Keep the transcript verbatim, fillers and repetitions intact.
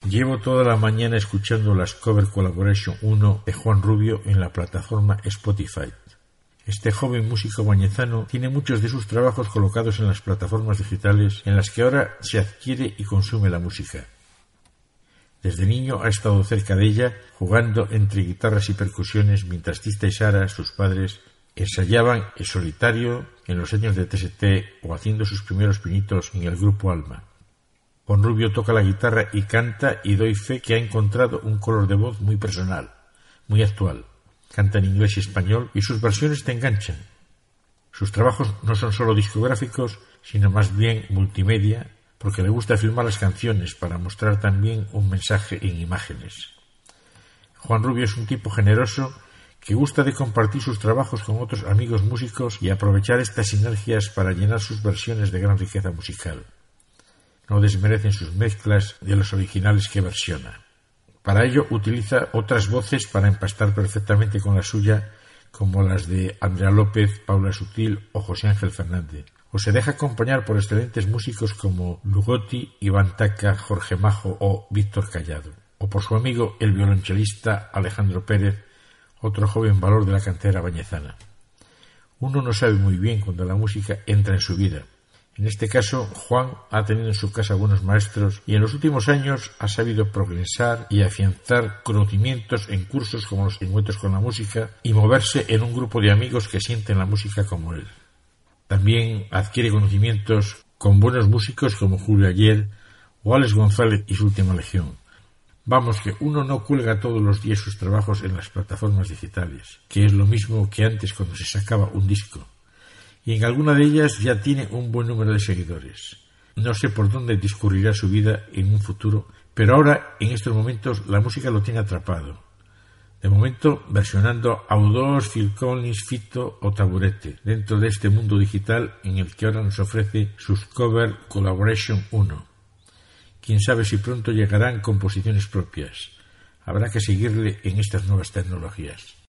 Llevo toda la mañana escuchando las Cover Collaboration uno de Juan Rubio en la plataforma Spotify. Este joven músico bañezano tiene muchos de sus trabajos colocados en las plataformas digitales en las que ahora se adquiere y consume la música. Desde niño ha estado cerca de ella, jugando entre guitarras y percusiones, mientras Tista y Sara, sus padres, ensayaban en solitario en los años de T S T o haciendo sus primeros pinitos en el grupo Alma. Juan Rubio toca la guitarra y canta, y doy fe que ha encontrado un color de voz muy personal, muy actual. Canta en inglés y español y sus versiones te enganchan. Sus trabajos no son solo discográficos, sino más bien multimedia, porque le gusta filmar las canciones para mostrar también un mensaje en imágenes. Juan Rubio es un tipo generoso que gusta de compartir sus trabajos con otros amigos músicos y aprovechar estas sinergias para llenar sus versiones de gran riqueza musical. No desmerecen sus mezclas de los originales que versiona. Para ello utiliza otras voces para empastar perfectamente con la suya, como las de Andrea López, Paula Sutil o José Ángel Fernández. O se deja acompañar por excelentes músicos como Lugotti, Iván Taca, Jorge Majo o Víctor Callado. O por su amigo el violonchelista Alejandro Pérez, otro joven valor de la cantera bañezana. Uno no sabe muy bien cuando la música entra en su vida. En este caso, Juan ha tenido en su casa buenos maestros y en los últimos años ha sabido progresar y afianzar conocimientos en cursos como los encuentros con la música y moverse en un grupo de amigos que sienten la música como él. También adquiere conocimientos con buenos músicos como Julio Ayer o Alex González y su Última Legión. Vamos, que uno no cuelga todos los días sus trabajos en las plataformas digitales, que es lo mismo que antes cuando se sacaba un disco. Y en alguna de ellas ya tiene un buen número de seguidores. No sé por dónde discurrirá su vida en un futuro, pero ahora, en estos momentos, la música lo tiene atrapado. De momento, versionando a U dos, Phil Collins, Fito o Taburete, dentro de este mundo digital en el que ahora nos ofrece sus Cover Collaboration uno. Quién sabe si pronto llegarán composiciones propias. Habrá que seguirle en estas nuevas tecnologías.